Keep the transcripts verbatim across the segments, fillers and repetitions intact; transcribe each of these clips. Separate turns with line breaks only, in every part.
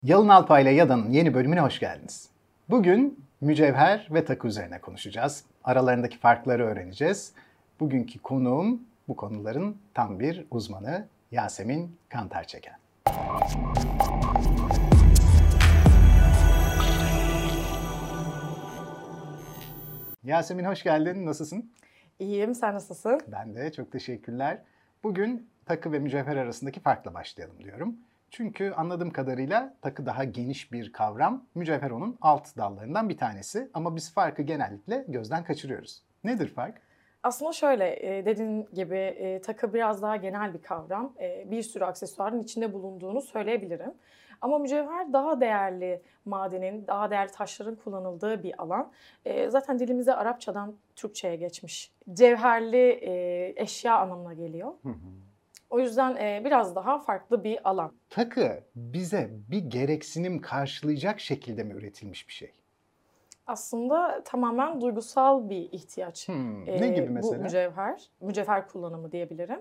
Yalın Alpay ile Yada'nın yeni bölümüne hoş geldiniz. Bugün mücevher ve takı üzerine konuşacağız. Aralarındaki farkları öğreneceğiz. Bugünkü konuğum bu konuların tam bir uzmanı Yasemin Kantarçeken. Yasemin hoş geldin. Nasılsın?
İyiyim. Sen nasılsın?
Ben de çok teşekkürler. Bugün takı ve mücevher arasındaki farkla başlayalım diyorum. Çünkü anladığım kadarıyla takı daha geniş bir kavram, mücevher onun alt dallarından bir tanesi. Ama biz farkı genellikle gözden kaçırıyoruz. Nedir fark?
Aslında şöyle, dediğin gibi takı biraz daha genel bir kavram. Bir sürü aksesuarın içinde bulunduğunu söyleyebilirim. Ama mücevher daha değerli madenin, daha değerli taşların kullanıldığı bir alan. Zaten dilimize Arapçadan Türkçe'ye geçmiş. Cevherli eşya anlamına geliyor. Hı hı. O yüzden e, biraz daha farklı bir alan.
Takı bize bir gereksinim karşılayacak şekilde mi üretilmiş bir şey?
Aslında tamamen duygusal bir ihtiyaç.
Hmm, ne gibi mesela?
Bu mücevher, mücevher kullanımı diyebilirim.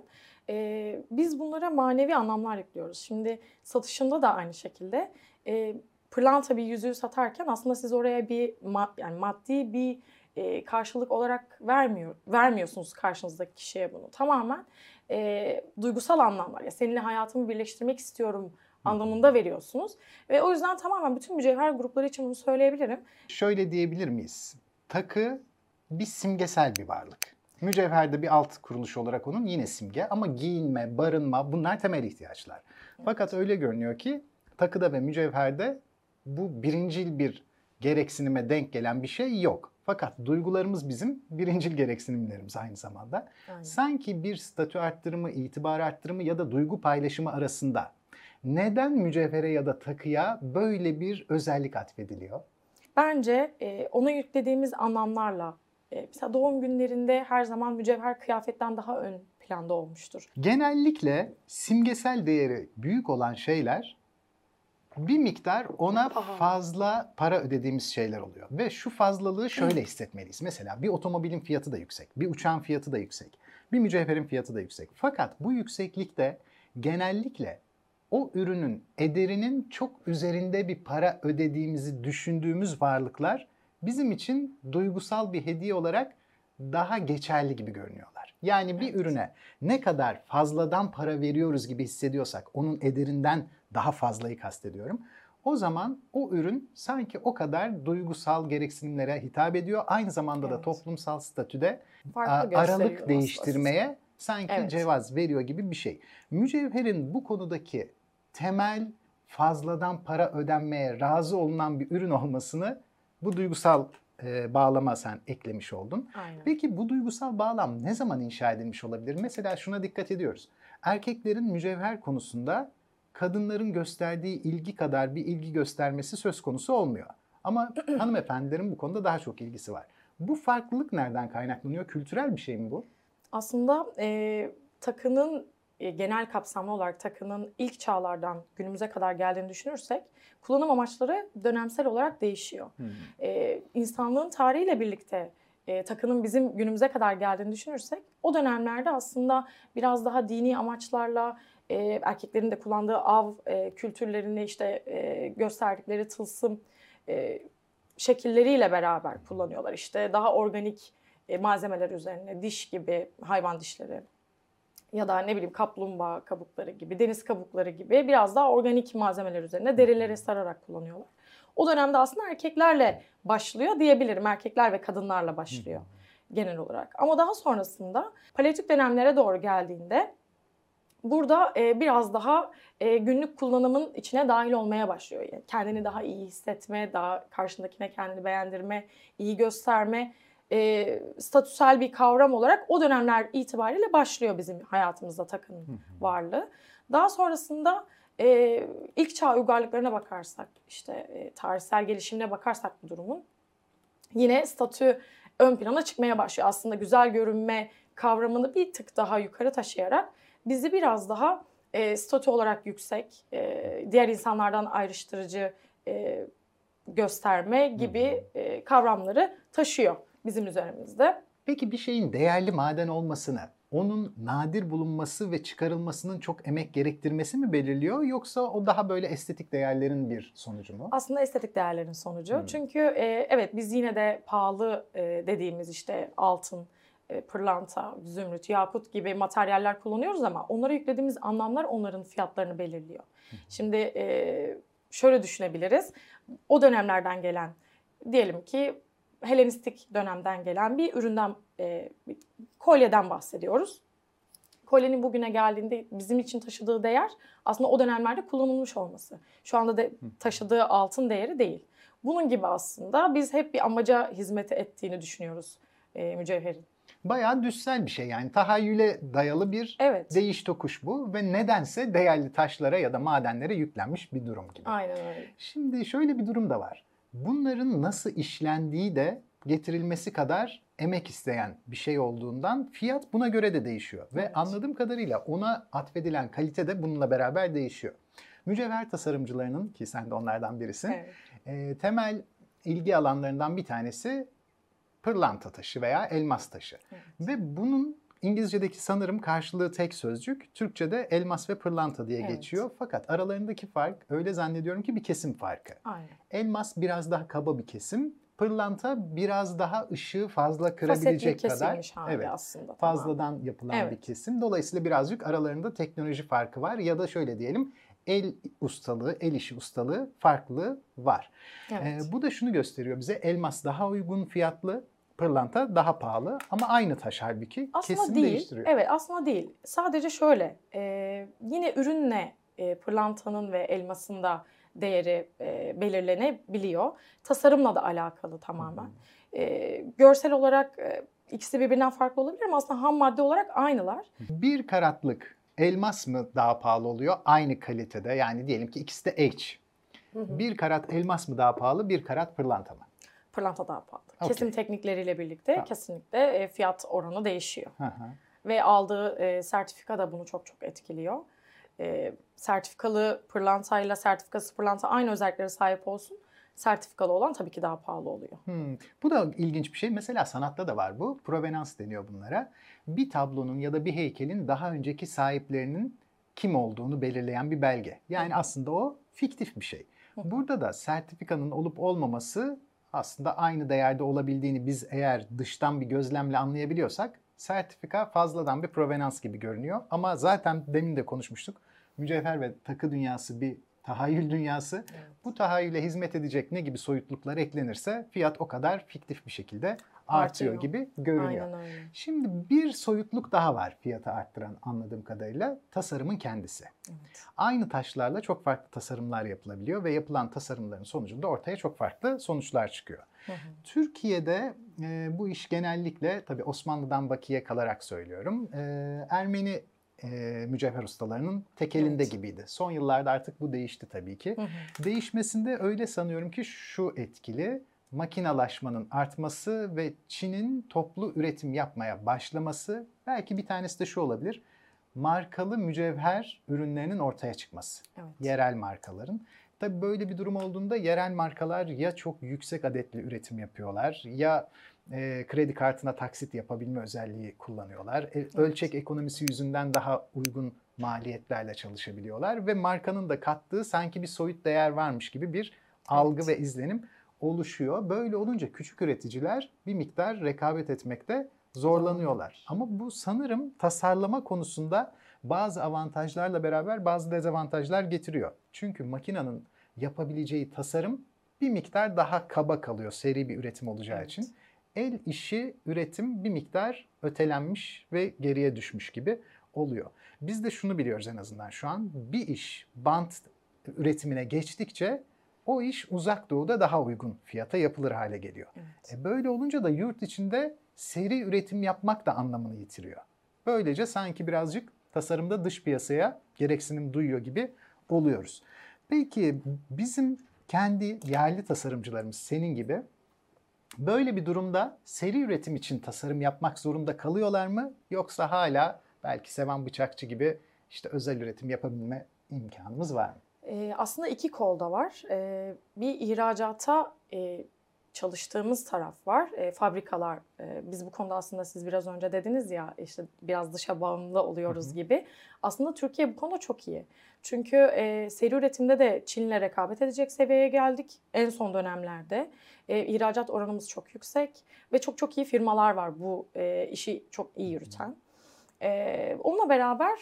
E, biz bunlara manevi anlamlar yüklüyoruz. Şimdi satışında da aynı şekilde. E, pırlanta bir yüzüğü satarken aslında siz oraya bir ma- yani maddi bir e, karşılık olarak vermiyor, vermiyorsunuz karşınızdaki kişiye bunu. Tamamen e, duygusal anlamlar. Ya seninle hayatımı birleştirmek istiyorum anlamında veriyorsunuz. Ve o yüzden tamamen bütün mücevher grupları için bunu söyleyebilirim.
Şöyle diyebilir miyiz? Takı bir simgesel bir varlık. Mücevherde bir alt kuruluş olarak onun yine simge ama giyinme, barınma bunlar temel ihtiyaçlar. Evet. Fakat öyle görünüyor ki takıda ve mücevherde bu birincil bir gereksinime denk gelen bir şey yok. Fakat duygularımız bizim birincil gereksinimlerimiz aynı zamanda. Aynen. Sanki bir statü arttırımı, itibar arttırımı ya da duygu paylaşımı arasında neden mücevhere ya da takıya böyle bir özellik atfediliyor?
Bence e, ona yüklediğimiz anlamlarla, e, mesela doğum günlerinde her zaman mücevher kıyafetten daha ön planda olmuştur.
Genellikle simgesel değeri büyük olan şeyler bir miktar ona fazla para ödediğimiz şeyler oluyor. Ve şu fazlalığı şöyle hissetmeliyiz. Mesela bir otomobilin fiyatı da yüksek, bir uçağın fiyatı da yüksek, bir mücevherin fiyatı da yüksek. Fakat bu yükseklikte genellikle o ürünün ederinin çok üzerinde bir para ödediğimizi düşündüğümüz varlıklar bizim için duygusal bir hediye olarak daha geçerli gibi görünüyorlar. Yani bir ürüne ne kadar fazladan para veriyoruz gibi hissediyorsak, onun ederinden daha fazlayı kastediyorum. O zaman o ürün sanki o kadar duygusal gereksinimlere hitap ediyor. Aynı zamanda evet. da toplumsal statüde Farklı aralık değiştirmeye aslında. sanki evet. cevaz veriyor gibi bir şey. Mücevherin bu konudaki temel fazladan para ödenmeye razı olunan bir ürün olmasını bu duygusal e, bağlama sen eklemiş oldun.
Aynen.
Peki bu duygusal bağlam ne zaman inşa edilmiş olabilir? Mesela şuna dikkat ediyoruz. Erkeklerin mücevher konusunda kadınların gösterdiği ilgi kadar bir ilgi göstermesi söz konusu olmuyor. Ama hanımefendilerin bu konuda daha çok ilgisi var. Bu farklılık nereden kaynaklanıyor? Kültürel bir şey mi bu?
Aslında e, takının e, genel kapsamlı olarak takının ilk çağlardan günümüze kadar geldiğini düşünürsek kullanım amaçları dönemsel olarak değişiyor. Hmm. E, insanlığın tarihiyle birlikte e, takının bizim günümüze kadar geldiğini düşünürsek o dönemlerde aslında biraz daha dini amaçlarla e, erkeklerin de kullandığı av e, kültürlerini işte e, gösterdikleri tılsım e, şekilleriyle beraber kullanıyorlar. İşte daha organik e, malzemeler üzerine diş gibi hayvan dişleri ya da ne bileyim kaplumbağa kabukları gibi, deniz kabukları gibi biraz daha organik malzemeler üzerine derileri sararak kullanıyorlar. O dönemde aslında erkeklerle başlıyor diyebilirim. Erkekler ve kadınlarla başlıyor genel olarak. Ama daha sonrasında Paleolitik dönemlere doğru geldiğinde burada e, biraz daha e, günlük kullanımın içine dahil olmaya başlıyor. Yani kendini daha iyi hissetme, daha karşındakine kendini beğendirme, iyi gösterme, e, statüsel bir kavram olarak o dönemler itibariyle başlıyor bizim hayatımızda takının varlığı. Daha sonrasında e, ilk çağ uygarlıklarına bakarsak, işte e, tarihsel gelişimine bakarsak bu durumun yine statü ön plana çıkmaya başlıyor. Aslında güzel görünme kavramını bir tık daha yukarı taşıyarak bizi biraz daha e, statü olarak yüksek, e, diğer insanlardan ayrıştırıcı e, gösterme gibi e, kavramları taşıyor bizim üzerimizde.
Peki bir şeyin değerli maden olmasını onun nadir bulunması ve çıkarılmasının çok emek gerektirmesi mi belirliyor, yoksa o daha böyle estetik değerlerin bir sonucu mu?
Aslında estetik değerlerin sonucu.
Hmm.
Çünkü e, evet biz yine de pahalı e, dediğimiz işte altın, e, pırlanta, zümrüt, yakut gibi materyaller kullanıyoruz ama onlara yüklediğimiz anlamlar onların fiyatlarını belirliyor. Şimdi e, şöyle düşünebiliriz. O dönemlerden gelen, diyelim ki Helenistik dönemden gelen bir üründen, e, bir kolyeden bahsediyoruz. Kolyenin bugüne geldiğinde bizim için taşıdığı değer aslında o dönemlerde kullanılmış olması. Şu anda da taşıdığı altın değeri değil. Bunun gibi aslında biz hep bir amaca hizmet ettiğini düşünüyoruz e, mücevherin.
Bayağı düssel bir şey, yani tahayyüle dayalı bir
Evet.
değiş tokuş bu ve nedense değerli taşlara ya da madenlere yüklenmiş bir durum gibi.
Aynen öyle.
Şimdi şöyle bir durum da var. Bunların nasıl işlendiği de getirilmesi kadar emek isteyen bir şey olduğundan fiyat buna göre de değişiyor. Ve
Evet.
anladığım kadarıyla ona atfedilen kalite de bununla beraber değişiyor. Mücevher tasarımcılarının, ki sen de onlardan birisin,
Evet.
e, temel ilgi alanlarından bir tanesi pırlanta taşı veya elmas taşı.
Evet.
Ve bunun İngilizce'deki sanırım karşılığı tek sözcük, Türkçe'de elmas ve pırlanta diye
Evet.
geçiyor. Fakat aralarındaki fark, öyle zannediyorum ki, bir kesim farkı.
Aynen.
Elmas biraz daha kaba bir kesim, pırlanta biraz daha ışığı fazla
Fasetli
kırabilecek kadar,
kesilmiş hali
evet,
aslında.
fazladan yapılan
Evet.
bir kesim. Dolayısıyla birazcık aralarında teknoloji farkı var, ya da şöyle diyelim, el ustalığı, el işi ustalığı farklı var.
Evet.
Ee, bu da şunu gösteriyor bize: elmas daha uygun fiyatlı, pırlanta daha pahalı, ama aynı taş halbuki,
Aslında
kesim
değil.
değiştiriyor.
Evet, aslında değil. Sadece şöyle, e, yine ürünle e, pırlantanın ve elmasın da değeri e, belirlenebiliyor. Tasarımla da alakalı tamamen. E, görsel olarak e, ikisi birbirinden farklı olabilir ama aslında ham madde olarak aynılar.
Bir karatlık elmas mı daha pahalı oluyor aynı kalitede? Yani diyelim ki ikisi de H.
Hı hı.
Bir karat elmas mı daha pahalı, bir karat pırlanta mı?
Pırlanta daha pahalı.
Okey.
Kesim teknikleriyle birlikte
Tamam.
kesinlikle e, fiyat oranı değişiyor.
Hı hı.
Ve aldığı e, sertifika da bunu çok çok etkiliyor. E, sertifikalı pırlantayla sertifikasız pırlanta aynı özelliklere sahip olsun. Sertifikalı olan tabii ki daha pahalı oluyor.
Hmm. Bu da ilginç bir şey. Mesela sanatta da var bu. Provenans deniyor bunlara. Bir tablonun ya da bir heykelin daha önceki sahiplerinin kim olduğunu belirleyen bir belge. Yani aslında o fiktif bir şey. Burada da sertifikanın olup olmaması aslında aynı değerde olabildiğini biz eğer dıştan bir gözlemle anlayabiliyorsak, sertifika fazladan bir provenans gibi görünüyor. Ama zaten demin de konuşmuştuk. Mücevher ve takı dünyası bir tahayyül dünyası.
Evet.
Bu tahayyüle hizmet edecek ne gibi soyutluklar eklenirse fiyat o kadar fiktif bir şekilde artıyor,
Artıyor.
gibi görünüyor.
Aynen öyle.
Şimdi bir soyutluk daha var fiyatı arttıran, anladığım kadarıyla, tasarımın kendisi.
Evet.
Aynı taşlarla çok farklı tasarımlar yapılabiliyor ve yapılan tasarımların sonucunda ortaya çok farklı sonuçlar çıkıyor.
Hı hı.
Türkiye'de e, bu iş genellikle, tabii Osmanlı'dan bakiye kalarak söylüyorum, e, Ermeni e, mücevher ustalarının tek elinde
Evet.
gibiydi. Son yıllarda artık bu değişti tabii ki.
Hı hı.
Değişmesinde öyle sanıyorum ki şu etkili: makinalaşmanın artması ve Çin'in toplu üretim yapmaya başlaması. Belki bir tanesi de şu olabilir: markalı mücevher ürünlerinin ortaya çıkması.
Evet.
Yerel markaların. Tabii böyle bir durum olduğunda yerel markalar ya çok yüksek adetli üretim yapıyorlar, ya e, kredi kartına taksit yapabilme özelliği kullanıyorlar. E, ölçek ekonomisi yüzünden daha uygun maliyetlerle çalışabiliyorlar ve markanın da kattığı sanki bir soyut değer varmış gibi bir algı ve izlenim oluşuyor. Böyle olunca küçük üreticiler bir miktar rekabet etmekte zorlanıyorlar. Ama bu sanırım tasarlama konusunda bazı avantajlarla beraber bazı dezavantajlar getiriyor. Çünkü makinenin yapabileceği tasarım bir miktar daha kaba kalıyor seri bir üretim olacağı
Evet.
için. El işi üretim bir miktar ötelenmiş ve geriye düşmüş gibi oluyor. Biz de şunu biliyoruz en azından şu an: bir iş bant üretimine geçtikçe o iş uzak doğuda daha uygun fiyata yapılır hale geliyor.
Evet.
E böyle olunca da yurt içinde seri üretim yapmak da anlamını yitiriyor. Böylece sanki birazcık tasarımda dış piyasaya gereksinim duyuyor gibi oluyoruz. Peki bizim kendi yerli tasarımcılarımız senin gibi böyle bir durumda seri üretim için tasarım yapmak zorunda kalıyorlar mı? Yoksa hala belki Sevan Bıçakçı gibi işte özel üretim yapabilme imkanımız var mı?
Ee, aslında iki kolda var. Ee, bir ihracata e, çalıştığımız taraf var. E, fabrikalar, e, biz bu konuda aslında siz biraz önce dediniz ya işte biraz dışa bağımlı oluyoruz hı hı. gibi. Aslında Türkiye bu konuda çok iyi. Çünkü e, seri üretimde de Çin'le rekabet edecek seviyeye geldik en son dönemlerde. E, ihracat oranımız çok yüksek ve çok çok iyi firmalar var bu e, işi çok iyi yürüten. E, onunla beraber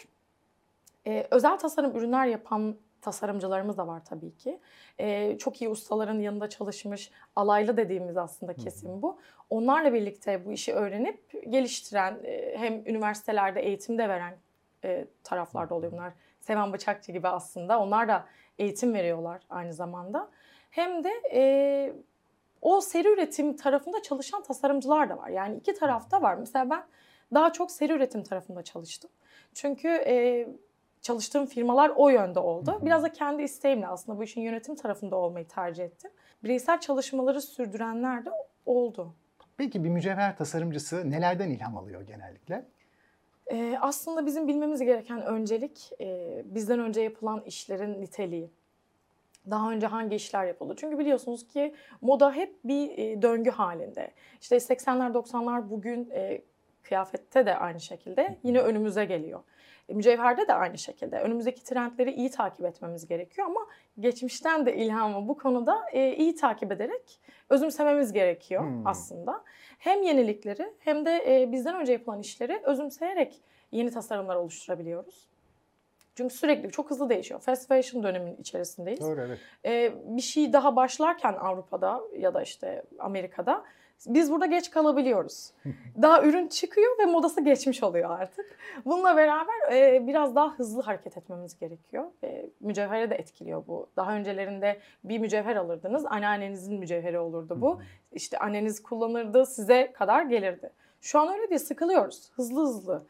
e, özel tasarım ürünler yapan tasarımcılarımız da var tabii ki. Ee, çok iyi ustaların yanında çalışmış, alaylı dediğimiz aslında kesim bu. Onlarla birlikte bu işi öğrenip geliştiren, e, hem üniversitelerde eğitimde veren e, taraflarda oluyor bunlar. Sevan Bıçakçı gibi aslında. Onlar da eğitim veriyorlar aynı zamanda. Hem de e, o seri üretim tarafında çalışan tasarımcılar da var. Yani iki tarafta var. Mesela ben daha çok seri üretim tarafında çalıştım. Çünkü E, çalıştığım firmalar o yönde oldu. Hı hı. Biraz da kendi isteğimle aslında bu işin yönetim tarafında olmayı tercih ettim. Bireysel çalışmaları sürdürenler de oldu.
Peki bir mücevher tasarımcısı nelerden ilham alıyor genellikle?
Ee, aslında bizim bilmemiz gereken öncelik e, bizden önce yapılan işlerin niteliği. Daha önce hangi işler yapıldı? Çünkü biliyorsunuz ki moda hep bir e, döngü halinde. İşte seksenler doksanlar bugün e, kıyafette de aynı şekilde yine önümüze geliyor. Mücevherde de aynı şekilde. Önümüzdeki trendleri iyi takip etmemiz gerekiyor ama geçmişten de ilhamı bu konuda e, iyi takip ederek özümsememiz gerekiyor hmm. aslında. Hem yenilikleri hem de e, bizden önce yapılan işleri özümseyerek yeni tasarımlar oluşturabiliyoruz. Çünkü sürekli çok hızlı değişiyor. Fast fashion döneminin içerisindeyiz.
Doğru, evet.
E, bir şey daha başlarken Avrupa'da ya da işte Amerika'da biz burada geç kalabiliyoruz. Daha ürün çıkıyor ve modası geçmiş oluyor artık. Bununla beraber e, biraz daha hızlı hareket etmemiz gerekiyor. E, mücevhere de etkiliyor bu. Daha öncelerinde bir mücevher alırdınız, anneannenizin mücevheri olurdu bu. İşte anneniz kullanırdı, size kadar gelirdi. Şu an öyle değil, sıkılıyoruz. Hızlı hızlı.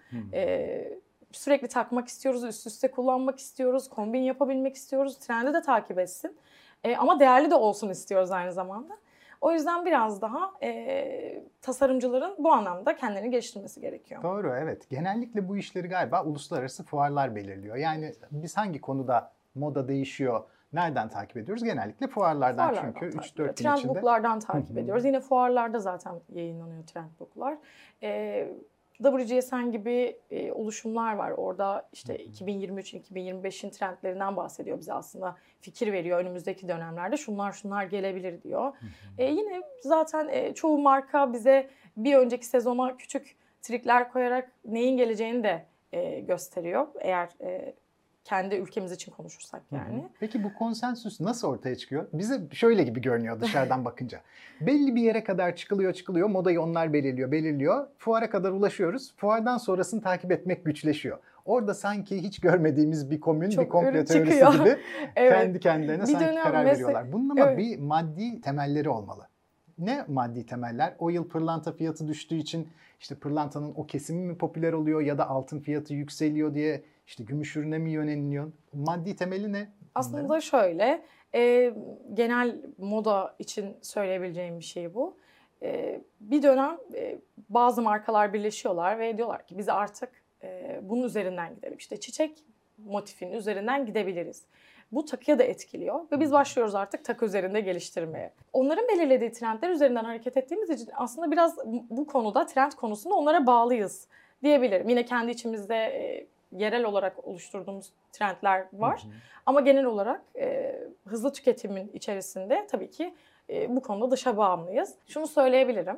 E, sürekli takmak istiyoruz, üst üste kullanmak istiyoruz, kombin yapabilmek istiyoruz. Trendi de takip etsin. E, ama değerli de olsun istiyoruz aynı zamanda. O yüzden biraz daha e, tasarımcıların bu anlamda kendini geliştirmesi gerekiyor.
Doğru, evet. Genellikle bu işleri galiba uluslararası fuarlar belirliyor. Yani biz hangi konuda moda değişiyor, nereden takip ediyoruz? Genellikle fuarlardan, fuarlardan çünkü üç dört gün içinde.
Trendbook'lardan takip ediyoruz. Yine fuarlarda zaten yayınlanıyor trendbook'lar. E, W G S N gibi e, oluşumlar var. Orada işte iki bin yirmi üç iki bin yirmi beşin trendlerinden bahsediyor bize aslında. Fikir veriyor önümüzdeki dönemlerde şunlar şunlar gelebilir diyor. E, yine zaten e, çoğu marka bize bir önceki sezona küçük trikler koyarak neyin geleceğini de e, gösteriyor. Eğer e, kendi ülkemiz için konuşursak yani.
Peki bu konsensüs nasıl ortaya çıkıyor? Bize şöyle gibi görünüyor dışarıdan bakınca. Belli bir yere kadar çıkılıyor çıkılıyor. Modayı onlar belirliyor belirliyor. Fuara kadar ulaşıyoruz. Fuardan sonrasını takip etmek güçleşiyor. Orada sanki hiç görmediğimiz bir komün, çok bir komple teorisi gibi evet. kendi kendilerine bir sanki karar mesela, veriyorlar. Bunun ama evet. bir maddi temelleri olmalı. Ne maddi temeller? O yıl pırlanta fiyatı düştüğü için işte pırlantanın o kesimi mi popüler oluyor ya da altın fiyatı yükseliyor diye işte gümüş ürüne mi yöneliniyor? Maddi temeli ne?
Aslında bunların? şöyle, e, genel moda için söyleyebileceğim bir şey bu. E, bir dönem e, bazı markalar birleşiyorlar ve diyorlar ki biz artık e, bunun üzerinden gidelim. İşte çiçek motifinin üzerinden gidebiliriz. Bu takıya da etkiliyor ve biz başlıyoruz artık takı üzerinde geliştirmeye. Onların belirlediği trendler üzerinden hareket ettiğimiz için aslında biraz bu konuda, trend konusunda onlara bağlıyız diyebilirim. Yine kendi içimizde e, yerel olarak oluşturduğumuz trendler var. Hı hı. Ama genel olarak e, hızlı tüketimin içerisinde tabii ki e, bu konuda dışa bağımlıyız. Şunu söyleyebilirim.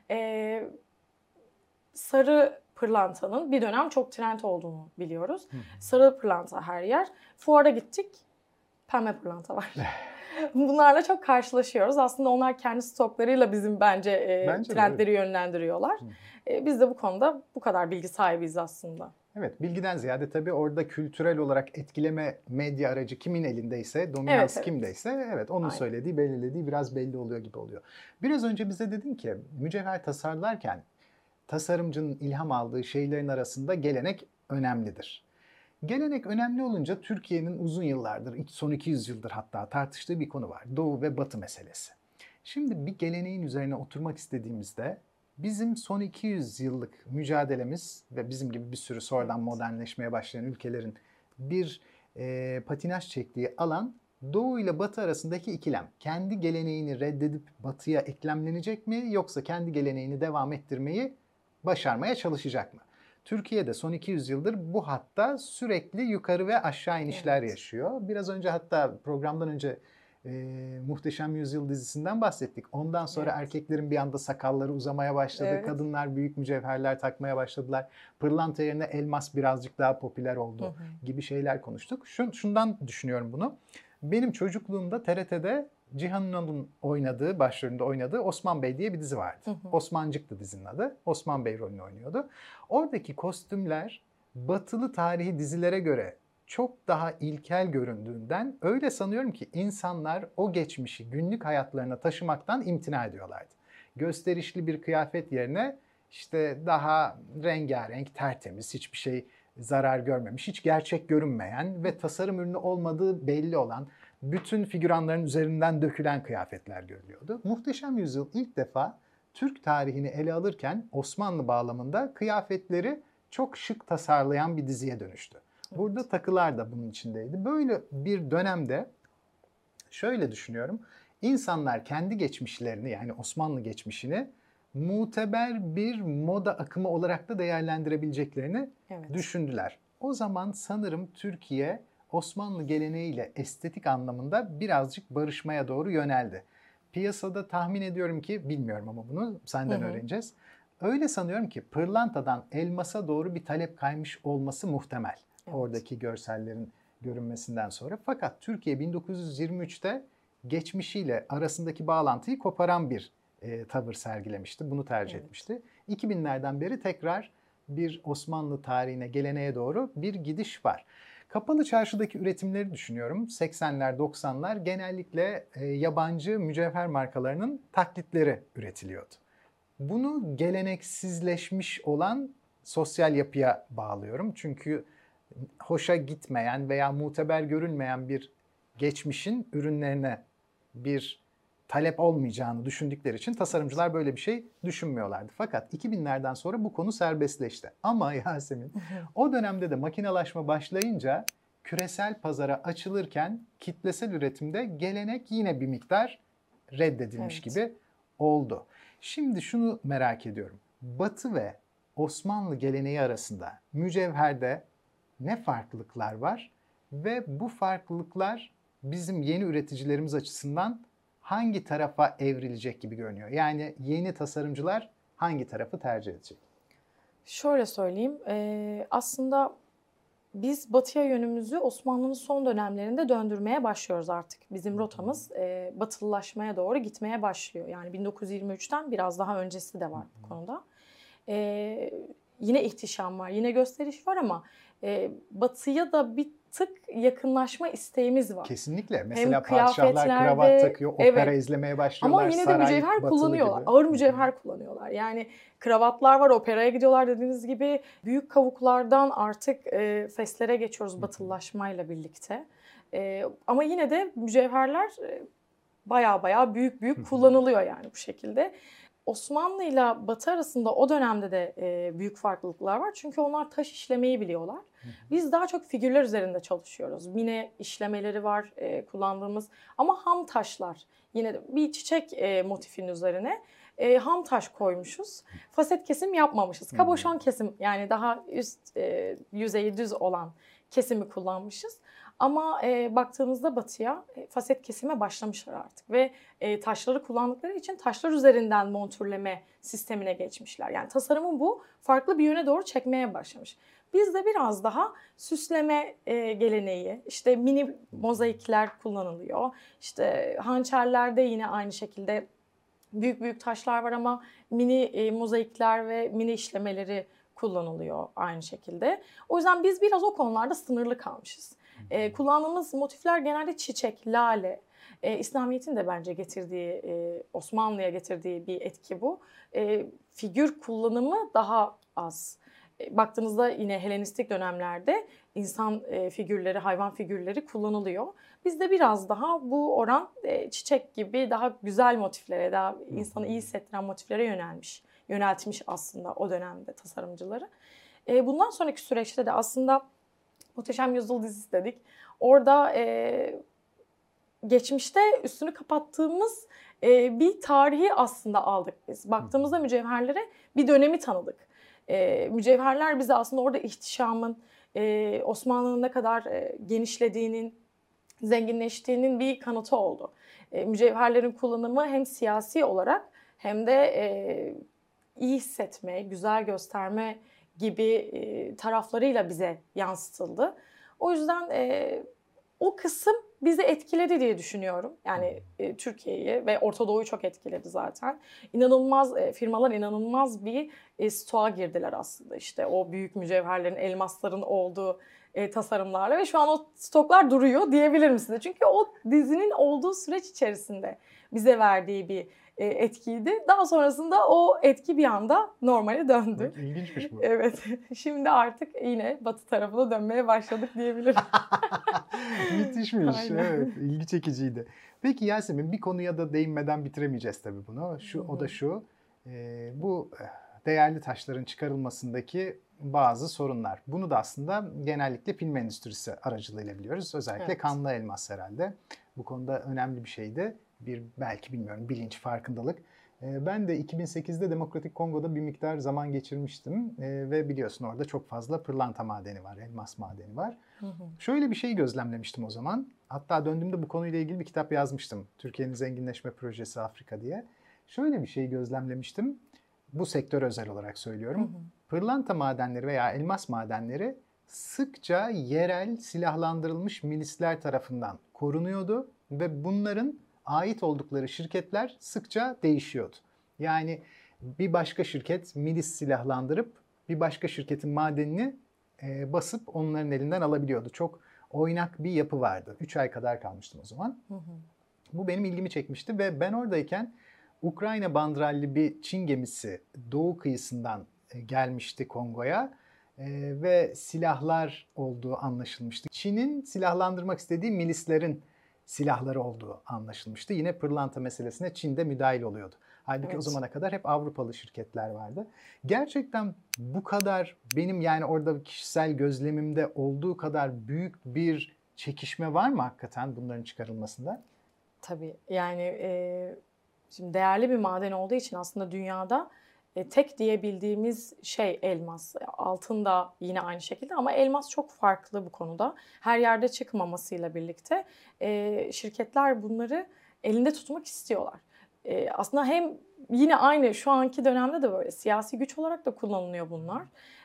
E, sarı pırlantanın bir dönem çok trend olduğunu biliyoruz. Hı hı. Sarı pırlanta her yer. Fuara gittik. Pembe pırlanta var. Bunlarla çok karşılaşıyoruz. Aslında onlar kendi stoklarıyla bizim bence, e, bence trendleri evet. yönlendiriyorlar. E, biz de bu konuda bu kadar bilgi sahibiyiz aslında.
Evet, bilgiden ziyade tabii orada kültürel olarak etkileme medya aracı kimin elindeyse, dominans evet, evet. kimdeyse evet onun Aynen. söylediği, belirlediği biraz belli oluyor gibi oluyor. Biraz önce bize dedin ki mücevher tasarlarken tasarımcının ilham aldığı şeylerin arasında gelenek önemlidir. Gelenek önemli olunca Türkiye'nin uzun yıllardır, son iki yüz yıldır hatta tartıştığı bir konu var. Doğu ve Batı meselesi. Şimdi bir geleneğin üzerine oturmak istediğimizde bizim son iki yüz yıllık mücadelemiz ve bizim gibi bir sürü sonradan modernleşmeye başlayan ülkelerin bir e, patinaj çektiği alan Doğu ile Batı arasındaki ikilem. Kendi geleneğini reddedip Batı'ya eklemlenecek mi yoksa kendi geleneğini devam ettirmeyi başarmaya çalışacak mı? Türkiye'de son iki yüz yıldır bu hatta sürekli yukarı ve aşağı inişler
Evet.
yaşıyor. Biraz önce hatta programdan önce e, Muhteşem Yüzyıl dizisinden bahsettik. Ondan sonra
Evet.
erkeklerin bir anda sakalları uzamaya başladı.
Evet.
Kadınlar büyük mücevherler takmaya başladılar. Pırlanta yerine elmas birazcık daha popüler oldu
Hı hı.
gibi şeyler konuştuk. Şun, şundan düşünüyorum bunu. Benim çocukluğumda T R T'de Cihan Ünal'ın oynadığı, başrolünde oynadığı Osman Bey diye bir dizi vardı.
Hı hı.
Osmancık'tı dizinin adı. Osman Bey rolünü oynuyordu. Oradaki kostümler batılı tarihi dizilere göre çok daha ilkel göründüğünden öyle sanıyorum ki insanlar o geçmişi günlük hayatlarına taşımaktan imtina ediyorlardı. Gösterişli bir kıyafet yerine işte daha rengarenk, tertemiz, hiçbir şey zarar görmemiş, hiç gerçek görünmeyen ve tasarım ürünü olmadığı belli olan bütün figüranların üzerinden dökülen kıyafetler görülüyordu. Muhteşem Yüzyıl ilk defa Türk tarihini ele alırken Osmanlı bağlamında kıyafetleri çok şık tasarlayan bir diziye dönüştü. Burada
Evet.
takılar da bunun içindeydi. Böyle bir dönemde şöyle düşünüyorum. İnsanlar kendi geçmişlerini yani Osmanlı geçmişini muteber bir moda akımı olarak da değerlendirebileceklerini
Evet.
düşündüler. O zaman sanırım Türkiye Osmanlı geleneğiyle estetik anlamında birazcık barışmaya doğru yöneldi. Piyasada tahmin ediyorum ki, bilmiyorum ama bunu senden
Hı hı.
öğreneceğiz. Öyle sanıyorum ki pırlantadan elmasa doğru bir talep kaymış olması muhtemel.
Evet.
Oradaki görsellerin görünmesinden sonra. Fakat Türkiye bin dokuz yüz yirmi üçte geçmişiyle arasındaki bağlantıyı koparan bir e, tavır sergilemişti. Bunu tercih
Evet.
etmişti. iki binlerden beri tekrar bir Osmanlı tarihine, geleneğe doğru bir gidiş var. Kapalı çarşıdaki üretimleri düşünüyorum. seksenler, doksanlar genellikle e, yabancı mücevher markalarının taklitleri üretiliyordu. Bunu geleneksizleşmiş olan sosyal yapıya bağlıyorum. Çünkü hoşa gitmeyen veya muteber görülmeyen bir geçmişin ürünlerine bir talep olmayacağını düşündükleri için tasarımcılar böyle bir şey düşünmüyorlardı. Fakat iki binlerden sonra bu konu serbestleşti. Ama Yasemin, o dönemde de makinalaşma başlayınca küresel pazara açılırken kitlesel üretimde gelenek yine bir miktar reddedilmiş
Evet.
gibi oldu. Şimdi şunu merak ediyorum. Batı ve Osmanlı geleneği arasında mücevherde ne farklılıklar var ve bu farklılıklar bizim yeni üreticilerimiz açısından hangi tarafa evrilecek gibi görünüyor? Yani yeni tasarımcılar hangi tarafı tercih edecek?
Şöyle söyleyeyim, e, aslında biz batıya yönümüzü Osmanlı'nın son dönemlerinde döndürmeye başlıyoruz artık. Bizim rotamız e, batılılaşmaya doğru gitmeye başlıyor. Yani bin dokuz yüz yirmi üçten biraz daha öncesi de var bu konuda. E, yine ihtişam var, yine gösteriş var ama e, batıya da bir tık yakınlaşma isteğimiz var.
Kesinlikle.
Hem
Mesela padişahlar kravat
kıyafetlerde,
takıyor, opera
evet,
izlemeye
ama
başlıyorlar,
yine de
saray
mücevher
batılı
kullanıyorlar.
gibi.
Ağır mücevher kullanıyorlar. Yani kravatlar var, operaya gidiyorlar dediğiniz gibi. Büyük kavuklardan artık e, feslere geçiyoruz batılılaşmayla birlikte. E, ama yine de mücevherler e, baya baya büyük büyük kullanılıyor yani bu şekilde. Osmanlı ile Batı arasında o dönemde de e, büyük farklılıklar var. Çünkü onlar taş işlemeyi biliyorlar. Biz daha çok figürler üzerinde çalışıyoruz. Mine işlemeleri var e, kullandığımız ama ham taşlar. Yine de bir çiçek e, motifinin üzerine e, ham taş koymuşuz. Faset kesim yapmamışız. Kaboşon kesim, yani daha üst e, yüzeyi düz olan kesimi kullanmışız. Ama e, baktığımızda batıya e, faset kesime başlamışlar artık ve e, taşları kullandıkları için taşlar üzerinden montürleme sistemine geçmişler. Yani tasarımı bu farklı bir yöne doğru çekmeye başlamış. Bizde biraz daha süsleme e, geleneği, işte mini mozaikler kullanılıyor. İşte hançerlerde yine aynı şekilde büyük büyük taşlar var ama mini e, mozaikler ve mini işlemeleri kullanılıyor aynı şekilde. O yüzden biz biraz o konularda sınırlı kalmışız. E, kullandığımız motifler genelde çiçek, lale. E, İslamiyet'in de bence getirdiği, e, Osmanlı'ya getirdiği bir etki bu. E, figür kullanımı daha az. E, baktığınızda yine Helenistik dönemlerde insan e, figürleri, hayvan figürleri kullanılıyor. Bizde biraz daha bu oran e, çiçek gibi daha güzel motiflere, daha insanı iyi hissettiren motiflere yönelmiş, yöneltmiş aslında o dönemde tasarımcıları. E, bundan sonraki süreçte de aslında Muhteşem Yüzyıl dizisi dedik. Orada e, geçmişte üstünü kapattığımız e, bir tarihi aslında aldık biz. Baktığımızda mücevherlere bir dönemi tanıdık. E, mücevherler bize aslında orada ihtişamın, e, Osmanlı'nın ne kadar e, genişlediğinin, zenginleştiğinin bir kanıtı oldu. E, mücevherlerin kullanımı hem siyasi olarak hem de e, iyi hissetme, güzel gösterme gibi e, taraflarıyla bize yansıtıldı. O yüzden e, o kısım bizi etkiledi diye düşünüyorum. Yani e, Türkiye'yi ve Orta Doğu'yu çok etkiledi zaten. İnanılmaz e, firmalar inanılmaz bir e, stoğa girdiler aslında. İşte o büyük mücevherlerin, elmasların olduğu e, tasarımlarla ve şu an o stoklar duruyor diyebilirim size. Çünkü o dizinin olduğu süreç içerisinde bize verdiği bir e, etkiydi. Daha sonrasında o etki bir anda normale döndü.
İlginçmiş bu.
Evet. Şimdi artık yine batı tarafına dönmeye başladık diyebilirim.
Müthişmiş.
Aynen.
Evet, ilgi çekiciydi. Peki Yasemin, bir konuya da değinmeden bitiremeyeceğiz tabii bunu. Şu, o da şu. E, bu değerli taşların çıkarılmasındaki bazı sorunlar. Bunu da aslında genellikle film endüstrisi aracılığıyla biliyoruz. Özellikle
Evet.
kanlı elmas herhalde. Bu konuda önemli bir şeydi. Bir belki bilmiyorum bilinç, farkındalık. Ben de iki bin sekizde Demokratik Kongo'da bir miktar zaman geçirmiştim ve biliyorsun orada çok fazla pırlanta madeni var, elmas madeni var. Hı hı. Şöyle bir şey gözlemlemiştim o zaman. Hatta döndüğümde bu konuyla ilgili bir kitap yazmıştım. Türkiye'nin Zenginleşme Projesi Afrika diye. Şöyle bir şey gözlemlemiştim. Bu sektör özel olarak söylüyorum. Hı hı. Pırlanta madenleri veya elmas madenleri sıkça yerel silahlandırılmış milisler tarafından korunuyordu ve bunların ait oldukları şirketler sıkça değişiyordu. Yani bir başka şirket milis silahlandırıp bir başka şirketin madenini e, basıp onların elinden alabiliyordu. Çok oynak bir yapı vardı. üç ay kadar kalmıştım o zaman. Hı hı. Bu benim ilgimi çekmişti ve ben oradayken Ukrayna banderalli bir Çin gemisi doğu kıyısından e, gelmişti Kongo'ya. E, ve silahlar olduğu anlaşılmıştı. Çin'in silahlandırmak istediği milislerin silahları olduğu anlaşılmıştı. Yine pırlanta meselesine Çin de müdahil oluyordu. Halbuki evet. O zamana kadar hep Avrupalı şirketler vardı. Gerçekten bu kadar benim yani orada kişisel gözlemimde olduğu kadar büyük bir çekişme var mı hakikaten bunların çıkarılmasında?
Tabii yani e, şimdi değerli bir maden olduğu için aslında dünyada e, tek diyebildiğimiz şey elmas. Altın da yine aynı şekilde ama elmas çok farklı bu konuda. Her yerde çıkmamasıyla birlikte e, şirketler bunları elinde tutmak istiyorlar. E, aslında hem yine aynı şu anki dönemde de böyle siyasi güç olarak da kullanılıyor bunlar.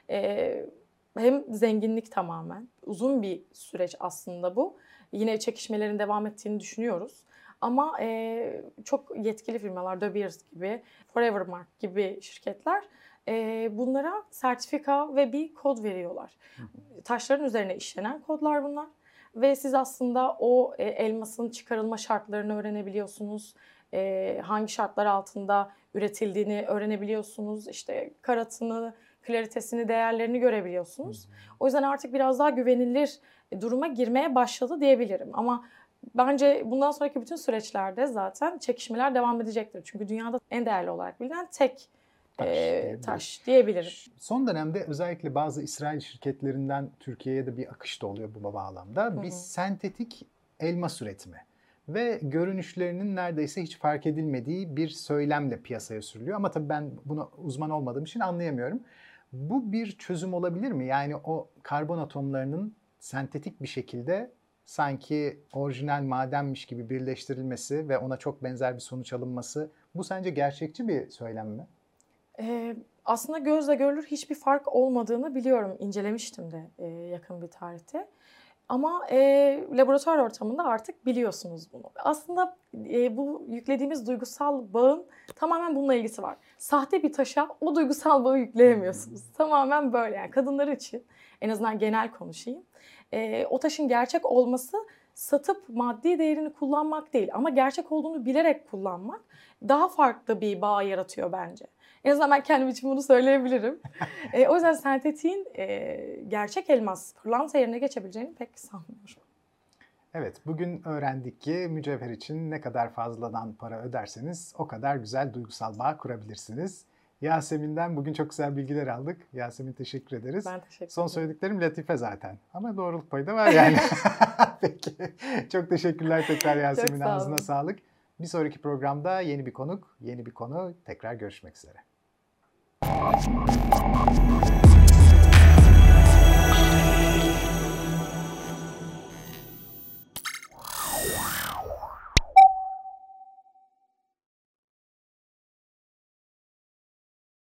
E, hem zenginlik tamamen. Uzun bir süreç aslında bu. Yine çekişmelerin devam ettiğini düşünüyoruz. Ama e, çok yetkili firmalar, De Beers gibi, Forevermark gibi şirketler e, bunlara sertifika ve bir kod veriyorlar. Hı hı. Taşların üzerine işlenen kodlar bunlar. Ve siz aslında o e, elmasın çıkarılma şartlarını öğrenebiliyorsunuz. E, hangi şartlar altında üretildiğini öğrenebiliyorsunuz. İşte karatını, klaritesini, değerlerini görebiliyorsunuz. Hı hı. O yüzden artık biraz daha güvenilir duruma girmeye başladı diyebilirim. Ama bence bundan sonraki bütün süreçlerde zaten çekişmeler devam edecektir. Çünkü dünyada en değerli olarak bilinen tek taş, e, diyebilirim. taş diyebilirim.
Son dönemde özellikle bazı İsrail şirketlerinden Türkiye'ye de bir akış da oluyor bu bağlamda. Hı hı. Bir sentetik elmas üretimi ve görünüşlerinin neredeyse hiç fark edilmediği bir söylemle piyasaya sürülüyor. Ama tabii ben buna uzman olmadığım için anlayamıyorum. Bu bir çözüm olabilir mi? Yani o karbon atomlarının sentetik bir şekilde sanki orijinal madenmiş gibi birleştirilmesi ve ona çok benzer bir sonuç alınması, bu sence gerçekçi bir söylem mi?
Ee, aslında gözle görülür hiçbir fark olmadığını biliyorum. İncelemiştim de e, yakın bir tarihte. Ama e, laboratuvar ortamında artık biliyorsunuz bunu. Aslında e, bu yüklediğimiz duygusal bağın tamamen bununla ilgisi var. Sahte bir taşa o duygusal bağı yükleyemiyorsunuz. Hmm. Tamamen böyle yani kadınlar için en azından genel konuşayım. E, o taşın gerçek olması satıp maddi değerini kullanmak değil ama gerçek olduğunu bilerek kullanmak daha farklı bir bağ yaratıyor bence. En azından ben kendim için bunu söyleyebilirim. e, o yüzden sentetiğin e, gerçek elmas, pırlanta yerine geçebileceğini pek sanmıyorum.
Evet, bugün öğrendik ki mücevher için ne kadar fazladan para öderseniz o kadar güzel duygusal bağ kurabilirsiniz. Yasemin'den bugün çok güzel bilgiler aldık. Yasemin teşekkür ederiz.
Ben teşekkür
Son
ederim.
söylediklerim latife zaten. Ama doğruluk payı da var yani. Peki. Çok teşekkürler tekrar Yasemin.
Çok sağ
Ağzına
olun.
sağlık. Bir sonraki programda yeni bir konuk, yeni bir konu. Tekrar görüşmek üzere.